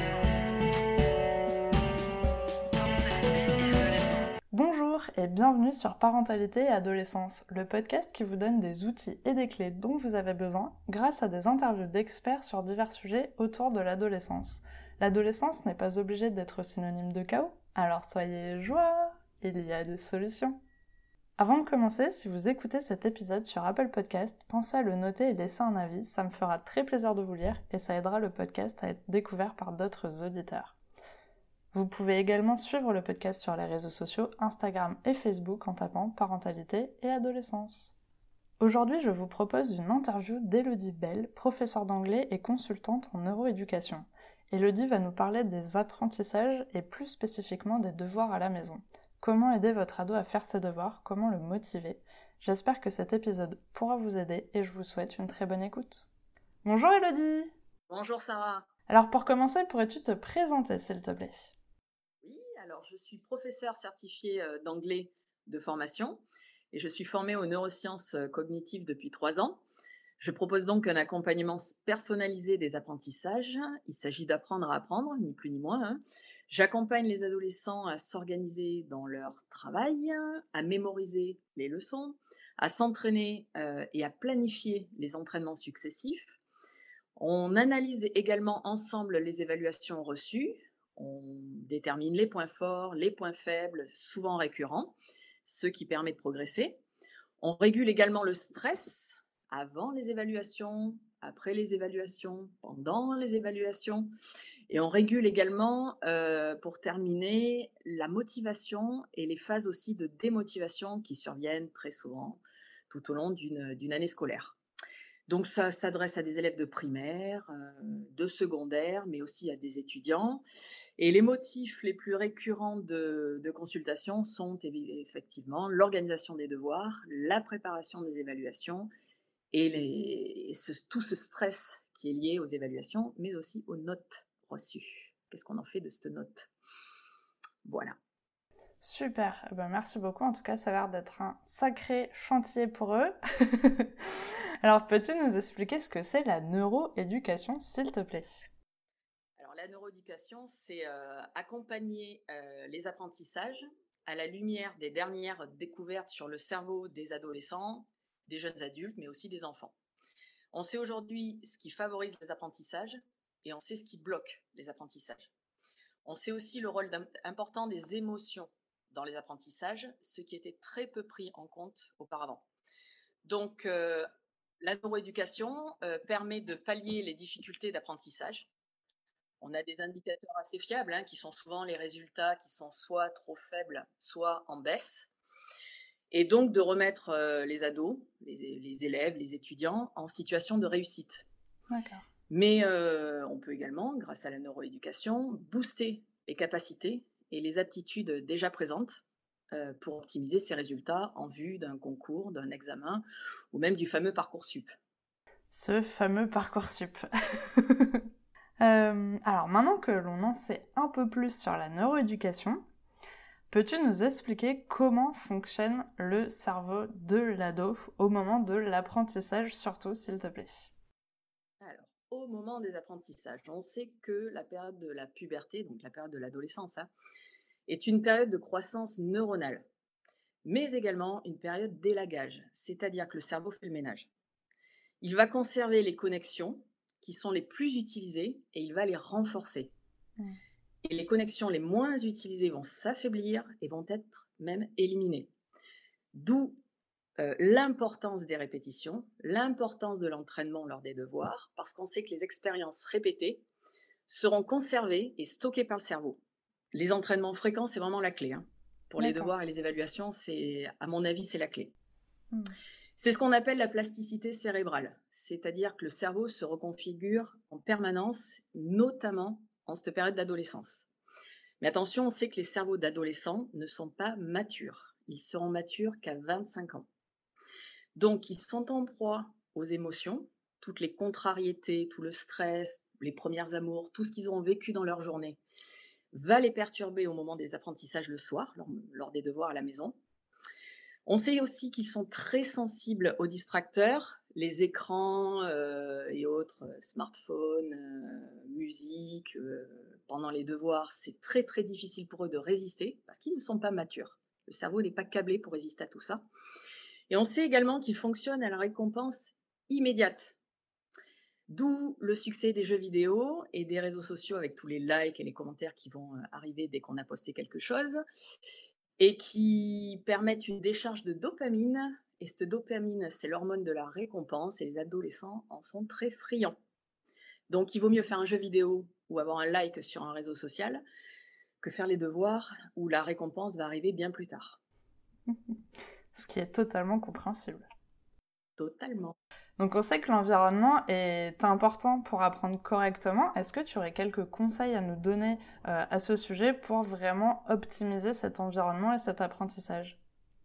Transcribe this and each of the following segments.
adolescence. Parentalité et adolescence. Bonjour et bienvenue sur Parentalité et adolescence, le podcast qui vous donne des outils et des clés dont vous avez besoin grâce à des interviews d'experts sur divers sujets autour de l'adolescence. L'adolescence n'est pas obligée d'être synonyme de chaos, alors soyez joie, il y a des solutions. Avant de commencer, si vous écoutez cet épisode sur Apple Podcast, pensez à le noter et laisser un avis, ça me fera très plaisir de vous lire et ça aidera le podcast à être découvert par d'autres auditeurs. Vous pouvez également suivre le podcast sur les réseaux sociaux Instagram et Facebook en tapant parentalité et adolescence. Aujourd'hui, je vous propose une interview d'Élodie Bell, professeure d'anglais et consultante en neuroéducation. Élodie va nous parler des apprentissages et plus spécifiquement des devoirs à la maison. Comment aider votre ado à faire ses devoirs, comment le motiver. J'espère que cet épisode pourra vous aider et je vous souhaite une très bonne écoute. Bonjour Élodie! Bonjour Sarah. Alors pour commencer, pourrais-tu te présenter s'il te plaît? Oui, alors je suis professeure certifiée d'anglais de formation et je suis formée aux neurosciences cognitives depuis 3 ans. Je propose donc un accompagnement personnalisé des apprentissages. Il s'agit d'apprendre à apprendre, ni plus ni moins, hein. J'accompagne les adolescents à s'organiser dans leur travail, à mémoriser les leçons, à s'entraîner et à planifier les entraînements successifs. On analyse également ensemble les évaluations reçues. On détermine les points forts, les points faibles, souvent récurrents, ce qui permet de progresser. On régule également le stress avant les évaluations, après les évaluations, pendant les évaluations. Et on régule également, pour terminer, la motivation et les phases aussi de démotivation qui surviennent très souvent tout au long d'une année scolaire. Donc ça s'adresse à des élèves de primaire, de secondaire, mais aussi à des étudiants. Et les motifs les plus récurrents de consultation sont effectivement l'organisation des devoirs, la préparation des évaluations et tout ce stress qui est lié aux évaluations, mais aussi aux notes reçues. Qu'est-ce qu'on en fait de cette note? Voilà. Super, merci beaucoup. En tout cas, ça a l'air d'être un sacré chantier pour eux. Alors, peux-tu nous expliquer ce que c'est la neuroéducation, s'il te plaît? Alors la neuroéducation, c'est accompagner les apprentissages à la lumière des dernières découvertes sur le cerveau des adolescents, des jeunes adultes, mais aussi des enfants. On sait aujourd'hui ce qui favorise les apprentissages et on sait ce qui bloque les apprentissages. On sait aussi le rôle important des émotions dans les apprentissages, ce qui était très peu pris en compte auparavant. Donc, la neuroéducation permet de pallier les difficultés d'apprentissage. On a des indicateurs assez fiables, qui sont souvent les résultats qui sont soit trop faibles, soit en baisse. Et donc de remettre les ados, les élèves, les étudiants en situation de réussite. D'accord. Mais on peut également, grâce à la neuroéducation, booster les capacités et les aptitudes déjà présentes pour optimiser ces résultats en vue d'un concours, d'un examen ou même du fameux Parcoursup. Ce fameux Parcoursup. Alors, maintenant que l'on en sait un peu plus sur la neuroéducation, peux-tu nous expliquer comment fonctionne le cerveau de l'ado au moment de l'apprentissage, surtout, s'il te plaît? Alors, au moment des apprentissages, on sait que la période de la puberté, donc la période de l'adolescence, est une période de croissance neuronale, mais également une période d'élagage, c'est-à-dire que le cerveau fait le ménage. Il va conserver les connexions qui sont les plus utilisées et il va les renforcer. Et les connexions les moins utilisées vont s'affaiblir et vont être même éliminées. D'où l'importance des répétitions, l'importance de l'entraînement lors des devoirs, parce qu'on sait que les expériences répétées seront conservées et stockées par le cerveau. Les entraînements fréquents, c'est vraiment la clé. Pour les D'accord. devoirs et les évaluations, à mon avis, c'est la clé. C'est ce qu'on appelle la plasticité cérébrale, c'est-à-dire que le cerveau se reconfigure en permanence, notamment en cette période d'adolescence. Mais attention, on sait que les cerveaux d'adolescents ne sont pas matures. Ils seront matures qu'à 25 ans. Donc, ils sont en proie aux émotions, toutes les contrariétés, tout le stress, les premières amours, tout ce qu'ils ont vécu dans leur journée va les perturber au moment des apprentissages le soir, lors des devoirs à la maison. On sait aussi qu'ils sont très sensibles aux distracteurs, les écrans et autres, smartphones, musique, pendant les devoirs, c'est très, très difficile pour eux de résister parce qu'ils ne sont pas matures. Le cerveau n'est pas câblé pour résister à tout ça. Et on sait également qu'ils fonctionnent à la récompense immédiate. D'où le succès des jeux vidéo et des réseaux sociaux avec tous les likes et les commentaires qui vont arriver dès qu'on a posté quelque chose et qui permettent une décharge de dopamine. Et cette dopamine, c'est l'hormone de la récompense et les adolescents en sont très friands. Donc il vaut mieux faire un jeu vidéo ou avoir un like sur un réseau social que faire les devoirs où la récompense va arriver bien plus tard. Ce qui est totalement compréhensible. Totalement. Donc on sait que l'environnement est important pour apprendre correctement. Est-ce que tu aurais quelques conseils à nous donner à ce sujet pour vraiment optimiser cet environnement et cet apprentissage?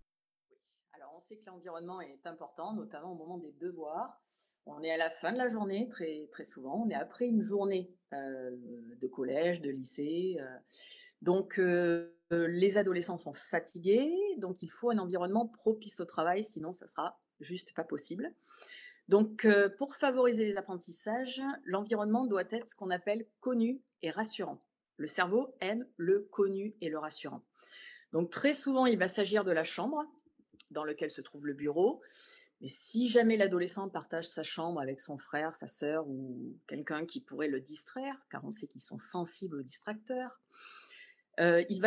Alors on sait que l'environnement est important, notamment au moment des devoirs. On est à la fin de la journée, très, très souvent. On est après une journée de collège, de lycée. Donc, les adolescents sont fatigués, donc il faut un environnement propice au travail, sinon ça sera juste pas possible. Donc, pour favoriser les apprentissages, l'environnement doit être ce qu'on appelle connu et rassurant. Le cerveau aime le connu et le rassurant. Donc, très souvent, il va s'agir de la chambre dans laquelle se trouve le bureau. Mais si jamais l'adolescent partage sa chambre avec son frère, sa sœur ou quelqu'un qui pourrait le distraire, car on sait qu'ils sont sensibles aux distracteurs, il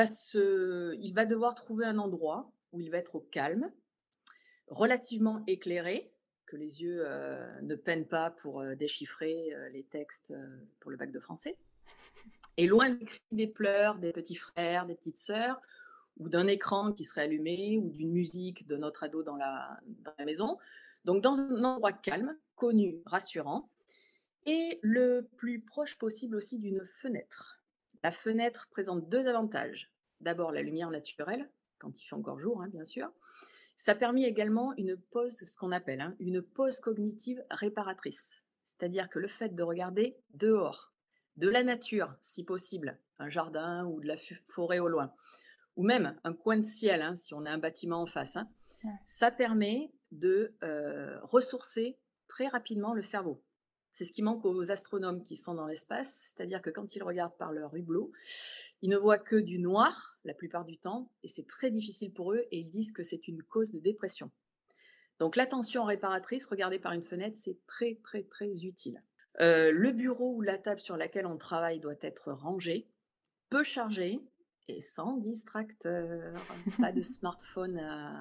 va devoir trouver un endroit où il va être au calme, relativement éclairé, que les yeux ne peinent pas pour déchiffrer les textes pour le bac de français, et loin des cris, des pleurs des petits frères, des petites sœurs, ou d'un écran qui serait allumé, ou d'une musique de notre ado dans la maison. Donc dans un endroit calme, connu, rassurant, et le plus proche possible aussi d'une fenêtre. La fenêtre présente deux avantages. D'abord, la lumière naturelle, quand il fait encore jour, hein, bien sûr. Ça permet également une pause, ce qu'on appelle une pause cognitive réparatrice. C'est-à-dire que le fait de regarder dehors, de la nature, si possible, un jardin ou de la forêt au loin, ou même un coin de ciel, hein, si on a un bâtiment en face, Ouais. ça permet de ressourcer très rapidement le cerveau. C'est ce qui manque aux astronomes qui sont dans l'espace, c'est-à-dire que quand ils regardent par leur hublot, ils ne voient que du noir la plupart du temps, et c'est très difficile pour eux, et ils disent que c'est une cause de dépression. Donc l'attention réparatrice, regardée par une fenêtre, c'est très très très utile. Le bureau ou la table sur laquelle on travaille doit être rangé, peu chargé et sans distracteur. Pas de smartphone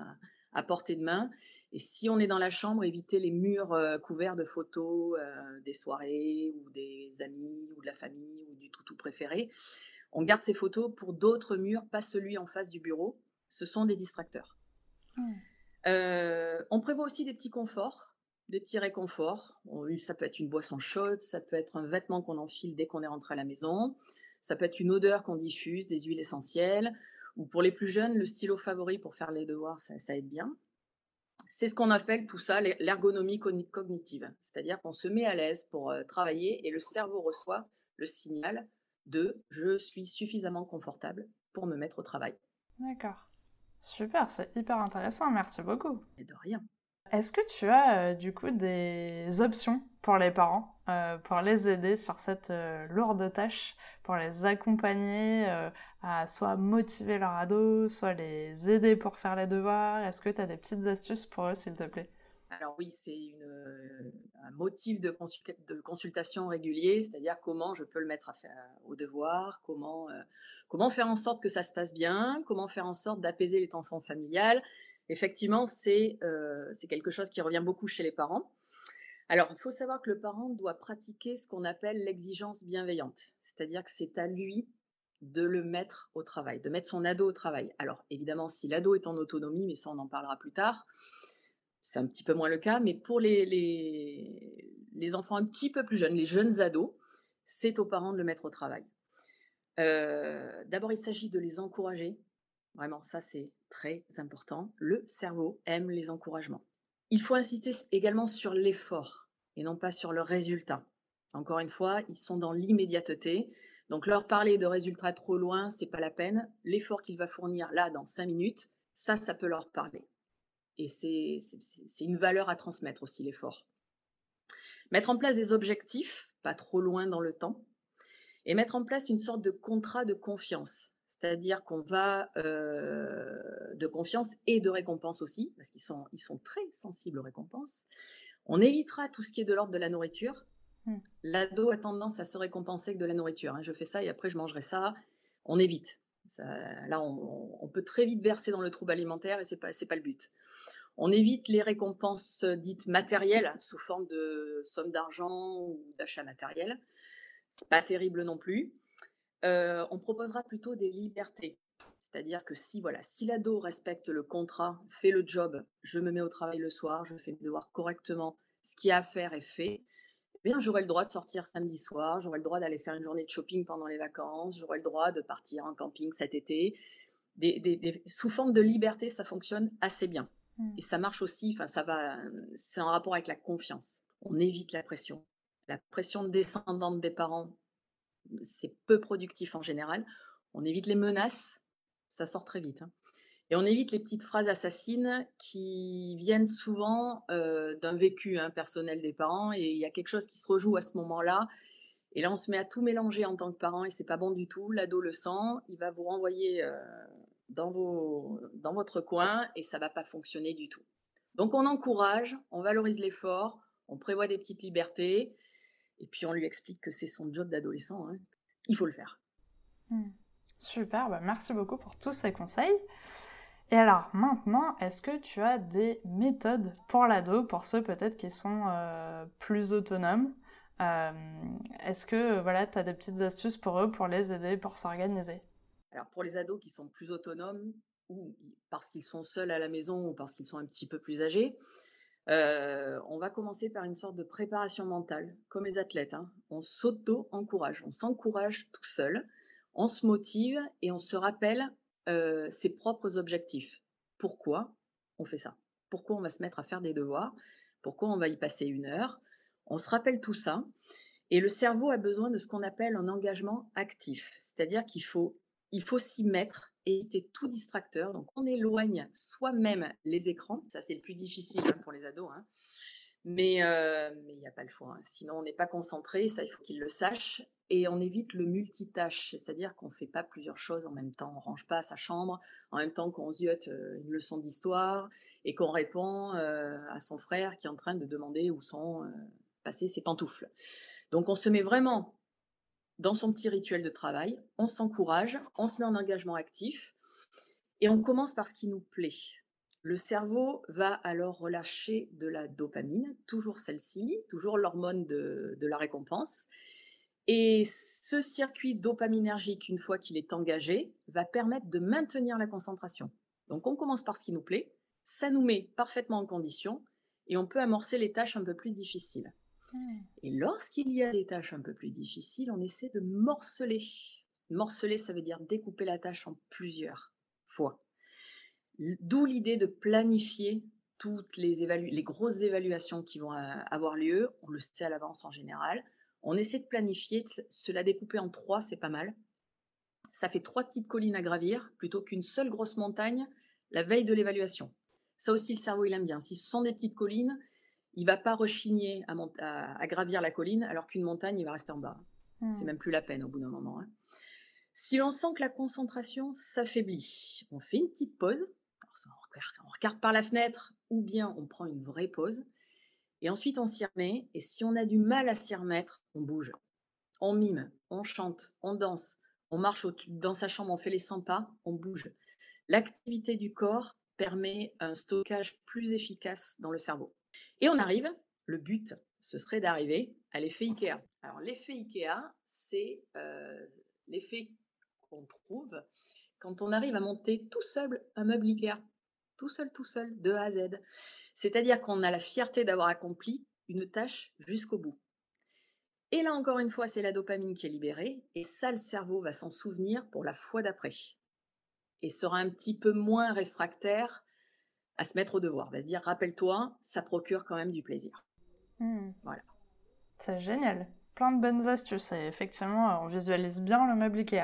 à portée de main. Et si on est dans la chambre, éviter les murs couverts de photos des soirées ou des amis ou de la famille ou du toutou préféré. On garde ces photos pour d'autres murs, pas celui en face du bureau. Ce sont des distracteurs. On prévoit aussi des petits conforts, des petits réconforts. Ça peut être une boisson chaude, ça peut être un vêtement qu'on enfile dès qu'on est rentré à la maison, ça peut être une odeur qu'on diffuse, des huiles essentielles, ou pour les plus jeunes, le stylo favori pour faire les devoirs, ça aide bien. C'est ce qu'on appelle tout ça l'ergonomie cognitive, c'est-à-dire qu'on se met à l'aise pour travailler et le cerveau reçoit le signal de je suis suffisamment confortable pour me mettre au travail. D'accord. Super, c'est hyper intéressant, merci beaucoup. Et de rien. Est-ce que tu as du coup des options pour les parents, pour les aider sur cette lourde tâche, pour les accompagner à soit motiver leur ado, soit les aider pour faire les devoirs? Est-ce que tu as des petites astuces pour eux, s'il te plaît? Alors oui, c'est un motif de consultation régulier, c'est-à-dire comment je peux le mettre à faire au devoir, comment faire en sorte que ça se passe bien, comment faire en sorte d'apaiser les tensions familiales. Effectivement, c'est quelque chose qui revient beaucoup chez les parents. Alors, il faut savoir que le parent doit pratiquer ce qu'on appelle l'exigence bienveillante, c'est-à-dire que c'est à lui de le mettre au travail, de mettre son ado au travail. Alors, évidemment, si l'ado est en autonomie, mais ça, on en parlera plus tard, c'est un petit peu moins le cas, mais pour les enfants un petit peu plus jeunes, les jeunes ados, c'est aux parents de le mettre au travail. D'abord, il s'agit de les encourager. Vraiment, ça, c'est très important. Le cerveau aime les encouragements. Il faut insister également sur l'effort et non pas sur le résultat. Encore une fois, ils sont dans l'immédiateté. Donc, leur parler de résultats trop loin, c'est pas la peine. L'effort qu'il va fournir là, dans 5 minutes, ça peut leur parler. Et c'est une valeur à transmettre aussi, l'effort. Mettre en place des objectifs, pas trop loin dans le temps, et mettre en place une sorte de contrat de confiance. C'est-à-dire qu'on va de confiance et de récompense aussi, parce ils sont très sensibles aux récompenses. On évitera tout ce qui est de l'ordre de la nourriture. Mmh. L'ado a tendance à se récompenser avec de la nourriture, hein. Je fais ça et après je mangerai ça. On évite. Ça, là, on peut très vite verser dans le trouble alimentaire et c'est pas le but. On évite les récompenses dites matérielles sous forme de somme d'argent ou d'achat matériel. C'est pas terrible non plus. On proposera plutôt des libertés. C'est-à-dire que si, voilà, si l'ado respecte le contrat, fait le job, je me mets au travail le soir, je fais mes devoirs correctement, ce qu'il y a à faire est fait, eh bien, j'aurai le droit de sortir samedi soir, j'aurai le droit d'aller faire une journée de shopping pendant les vacances, j'aurai le droit de partir en camping cet été. Sous forme de liberté, ça fonctionne assez bien. Mmh. Et ça marche aussi, enfin, c'est en rapport avec la confiance. On évite la pression. La pression descendante des parents, c'est peu productif en général. On évite les menaces, ça sort très vite, hein. Et on évite les petites phrases assassines qui viennent souvent, d'un vécu, hein, personnel des parents, et il y a quelque chose qui se rejoue à ce moment-là, et là, on se met à tout mélanger en tant que parent et c'est pas bon du tout. L'ado le sent, il va vous renvoyer, dans votre coin et ça va pas fonctionner du tout. Donc on encourage, on valorise l'effort, on prévoit des petites libertés et puis on lui explique que c'est son job d'adolescent, hein. Il faut le faire. Mmh. Super, bah merci beaucoup pour tous ces conseils. Et alors maintenant, est-ce que tu as des méthodes pour l'ado, pour ceux peut-être qui sont plus autonomes? Euh, Est-ce que voilà, tu as des petites astuces pour eux, pour les aider, pour s'organiser? Alors pour les ados qui sont plus autonomes ou parce qu'ils sont seuls à la maison ou parce qu'ils sont un petit peu plus âgés, on va commencer par une sorte de préparation mentale, comme les athlètes, hein. On s'auto-encourage, on s'encourage tout seul, on se motive et on se rappelle, ses propres objectifs. Pourquoi on fait ça? Pourquoi on va se mettre à faire des devoirs? Pourquoi on va y passer 1 heure? On se rappelle tout ça et le cerveau a besoin de ce qu'on appelle un engagement actif. C'est-à-dire il faut s'y mettre et éviter tout distracteur. Donc, on éloigne soi-même les écrans. Ça, c'est le plus difficile, hein, pour les ados, hein. Mais il n'y a pas le choix, hein. Sinon, on n'est pas concentré. Ça, il faut qu'ils le sachent. Et on évite le multitâche. C'est-à-dire qu'on ne fait pas plusieurs choses en même temps. On ne range pas sa chambre en même temps qu'on ziote une leçon d'histoire et qu'on répond à son frère qui est en train de demander où sont passées ses pantoufles. Donc, on se met vraiment dans son petit rituel de travail, on s'encourage, on se met en engagement actif et on commence par ce qui nous plaît. Le cerveau va alors relâcher de la dopamine, toujours celle-ci, toujours l'hormone de la récompense. Et ce circuit dopaminergique, une fois qu'il est engagé, va permettre de maintenir la concentration. Donc on commence par ce qui nous plaît, ça nous met parfaitement en condition et on peut amorcer les tâches un peu plus difficiles. Mmh. Et lorsqu'il y a des tâches un peu plus difficiles, on essaie de morceler. Morceler, ça veut dire découper la tâche en plusieurs fois. D'où l'idée de planifier toutes les grosses évaluations qui vont avoir lieu. On le sait à l'avance en général. On essaie de planifier, de se la découper en 3, c'est pas mal. Ça fait 3 petites collines à gravir plutôt qu'une seule grosse montagne la veille de l'évaluation. Ça aussi, le cerveau, il aime bien. Si ce sont des petites collines, il va pas rechigner à gravir la colline, alors qu'une montagne, il va rester en bas. C'est Mmh. même plus la peine au bout d'un moment, hein. Si l'on sent que la concentration s'affaiblit, on fait une petite pause. Alors, on regarde par la fenêtre ou bien on prend une vraie pause. Et ensuite, on s'y remet. Et si on a du mal à s'y remettre, on bouge. On mime, on chante, on danse, on marche dans sa chambre, on fait les 100 pas, on bouge. L'activité du corps permet un stockage plus efficace dans le cerveau. Et on arrive, le but, ce serait d'arriver à l'effet Ikea. Alors l'effet Ikea, c'est l'effet qu'on trouve quand on arrive à monter tout seul un meuble Ikea. Tout seul, de A à Z. C'est-à-dire qu'on a la fierté d'avoir accompli une tâche jusqu'au bout. Et là, encore une fois, c'est la dopamine qui est libérée, et ça, le cerveau va s'en souvenir pour la fois d'après, et sera un petit peu moins réfractaire à se mettre au devoir. Va se dire, rappelle-toi, ça procure quand même du plaisir. Mmh. Voilà. C'est génial. Plein de bonnes astuces. Et effectivement, on visualise bien le meuble Ikea.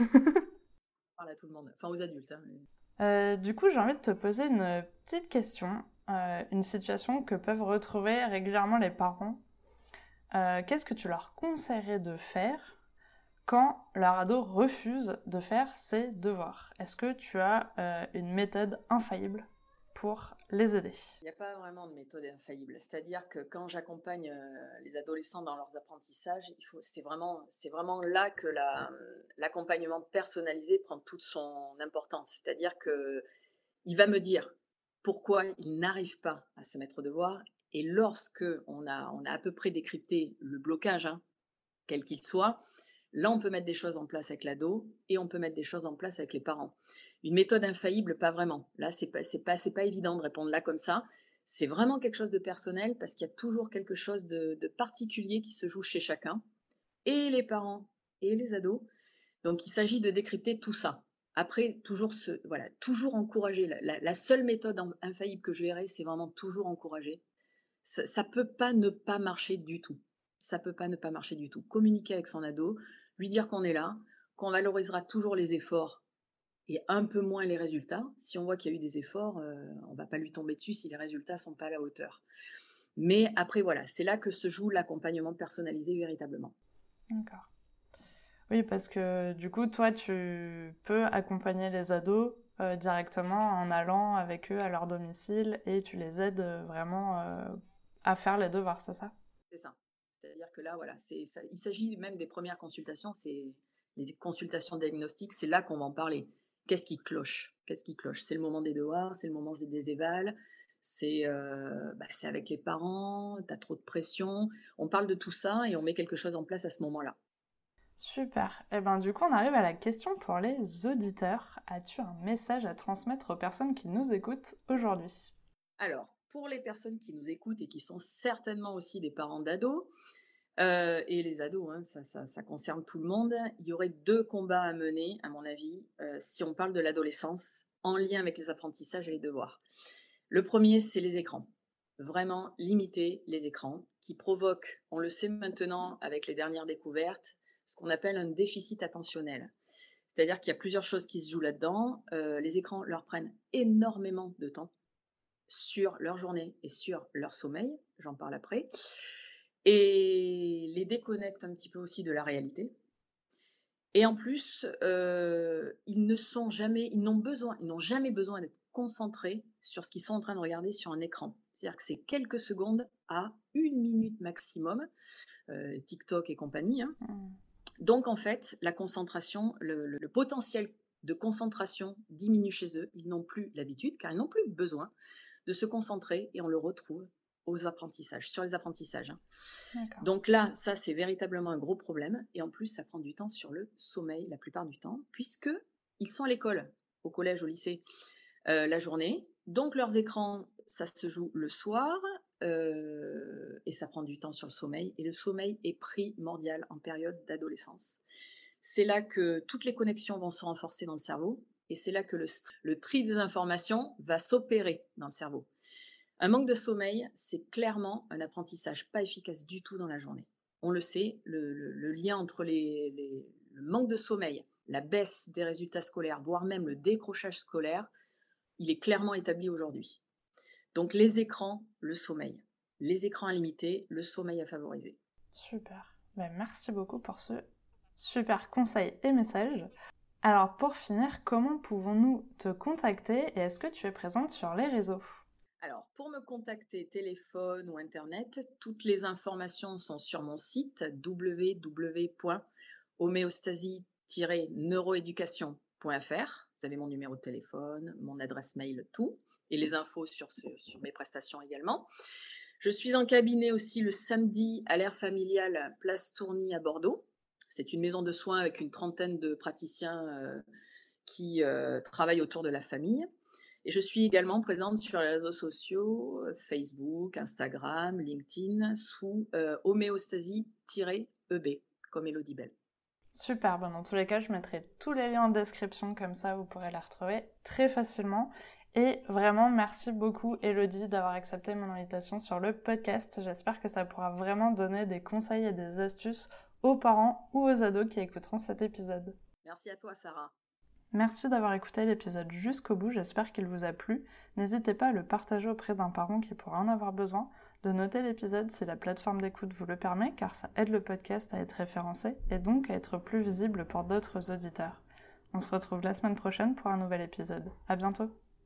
Parle à tout le monde, enfin aux adultes, hein. Du coup, j'ai envie de te poser une petite question. Une situation que peuvent retrouver régulièrement les parents. Qu'est-ce que tu leur conseillerais de faire quand leur ado refuse de faire ses devoirs? Est-ce que tu as une méthode infaillible pour les aider? Il n'y a pas vraiment de méthode infaillible. C'est-à-dire que quand j'accompagne les adolescents dans leurs apprentissages, c'est vraiment là que l'accompagnement personnalisé prend toute son importance. C'est-à-dire qu'il va me dire pourquoi il n'arrive pas à se mettre au devoir. Et lorsque on a à peu près décrypté le blocage, hein, quel qu'il soit, là, on peut mettre des choses en place avec l'ado et on peut mettre des choses en place avec les parents. Une méthode infaillible, pas vraiment. Là, c'est pas évident de répondre là comme ça. C'est vraiment quelque chose de personnel parce qu'il y a toujours quelque chose de particulier qui se joue chez chacun, et les parents et les ados. Donc, il s'agit de décrypter tout ça. Après, toujours encourager. La seule méthode infaillible que je verrai, c'est vraiment toujours encourager. Ça peut pas ne pas marcher du tout. Ça peut pas ne pas marcher du tout. Communiquer avec son ado, lui dire qu'on est là, qu'on valorisera toujours les efforts et un peu moins les résultats. Si on voit qu'il y a eu des efforts, on va pas lui tomber dessus si les résultats sont pas à la hauteur. Mais après, voilà, c'est là que se joue l'accompagnement personnalisé véritablement. D'accord. Oui, parce que du coup, toi, tu peux accompagner les ados directement en allant avec eux à leur domicile et tu les aides vraiment à faire les devoirs, c'est ça? C'est ça. C'est-à-dire que là, voilà, il s'agit même des premières consultations, c'est les consultations diagnostiques, c'est là qu'on va en parler. Qu'est-ce qui cloche? Qu'est-ce qui cloche? C'est le moment des devoirs, c'est le moment des évals, c'est avec les parents, tu as trop de pression. On parle de tout ça et on met quelque chose en place à ce moment-là. Super. Et ben du coup, on arrive à la question pour les auditeurs. As-tu un message à transmettre aux personnes qui nous écoutent aujourd'hui? Alors, pour les personnes qui nous écoutent et qui sont certainement aussi des parents d'ados, et les ados, hein, ça concerne tout le monde, il y aurait 2 combats à mener, à mon avis, si on parle de l'adolescence, en lien avec les apprentissages et les devoirs. Le premier, c'est les écrans. Vraiment limiter les écrans qui provoquent, on le sait maintenant avec les dernières découvertes, ce qu'on appelle un déficit attentionnel. C'est-à-dire qu'il y a plusieurs choses qui se jouent là-dedans. Les écrans leur prennent énormément de temps sur leur journée et sur leur sommeil, j'en parle après, et les déconnectent un petit peu aussi de la réalité. Et en plus, ils n'ont jamais besoin d'être concentrés sur ce qu'ils sont en train de regarder sur un écran. C'est-à-dire que c'est quelques secondes à 1 minute maximum, TikTok et compagnie, hein. Hmm. Donc en fait, la concentration, le potentiel de concentration diminue chez eux. Ils n'ont plus l'habitude, car ils n'ont plus besoin de se concentrer, et on le retrouve sur les apprentissages, hein. D'accord. Donc là, ça, c'est véritablement un gros problème. Et en plus, ça prend du temps sur le sommeil la plupart du temps, puisque ils sont à l'école, au collège, au lycée, la journée. Donc leurs écrans, ça se joue le soir, et ça prend du temps sur le sommeil. Et le sommeil est primordial en période d'adolescence. C'est là que toutes les connexions vont se renforcer dans le cerveau. Et c'est là que le tri des informations va s'opérer dans le cerveau. Un manque de sommeil, c'est clairement un apprentissage pas efficace du tout dans la journée. On le sait, le lien entre le manque de sommeil, la baisse des résultats scolaires, voire même le décrochage scolaire, il est clairement établi aujourd'hui. Donc les écrans, le sommeil. Les écrans à limiter, le sommeil à favoriser. Super. Ben, merci beaucoup pour ce super conseil et message. Alors pour finir, comment pouvons-nous te contacter et est-ce que tu es présente sur les réseaux? Alors, pour me contacter, téléphone ou internet, toutes les informations sont sur mon site www.homéostasie-neuroéducation.fr. Vous avez mon numéro de téléphone, mon adresse mail, tout, et les infos sur mes prestations également. Je suis en cabinet aussi le samedi à l'Aire Familiale, place Tourny à Bordeaux. C'est une maison de soins avec une trentaine de praticiens qui travaillent autour de la famille. Et je suis également présente sur les réseaux sociaux, Facebook, Instagram, LinkedIn, sous homéostasie-EB, comme Elodie Bell. Super, ben dans tous les cas, je mettrai tous les liens en description, comme ça vous pourrez la retrouver très facilement. Et vraiment, merci beaucoup Elodie d'avoir accepté mon invitation sur le podcast. J'espère que ça pourra vraiment donner des conseils et des astuces aux parents ou aux ados qui écouteront cet épisode. Merci à toi Sarah. Merci d'avoir écouté l'épisode jusqu'au bout, j'espère qu'il vous a plu. N'hésitez pas à le partager auprès d'un parent qui pourrait en avoir besoin, de noter l'épisode si la plateforme d'écoute vous le permet, car ça aide le podcast à être référencé et donc à être plus visible pour d'autres auditeurs. On se retrouve la semaine prochaine pour un nouvel épisode. À bientôt!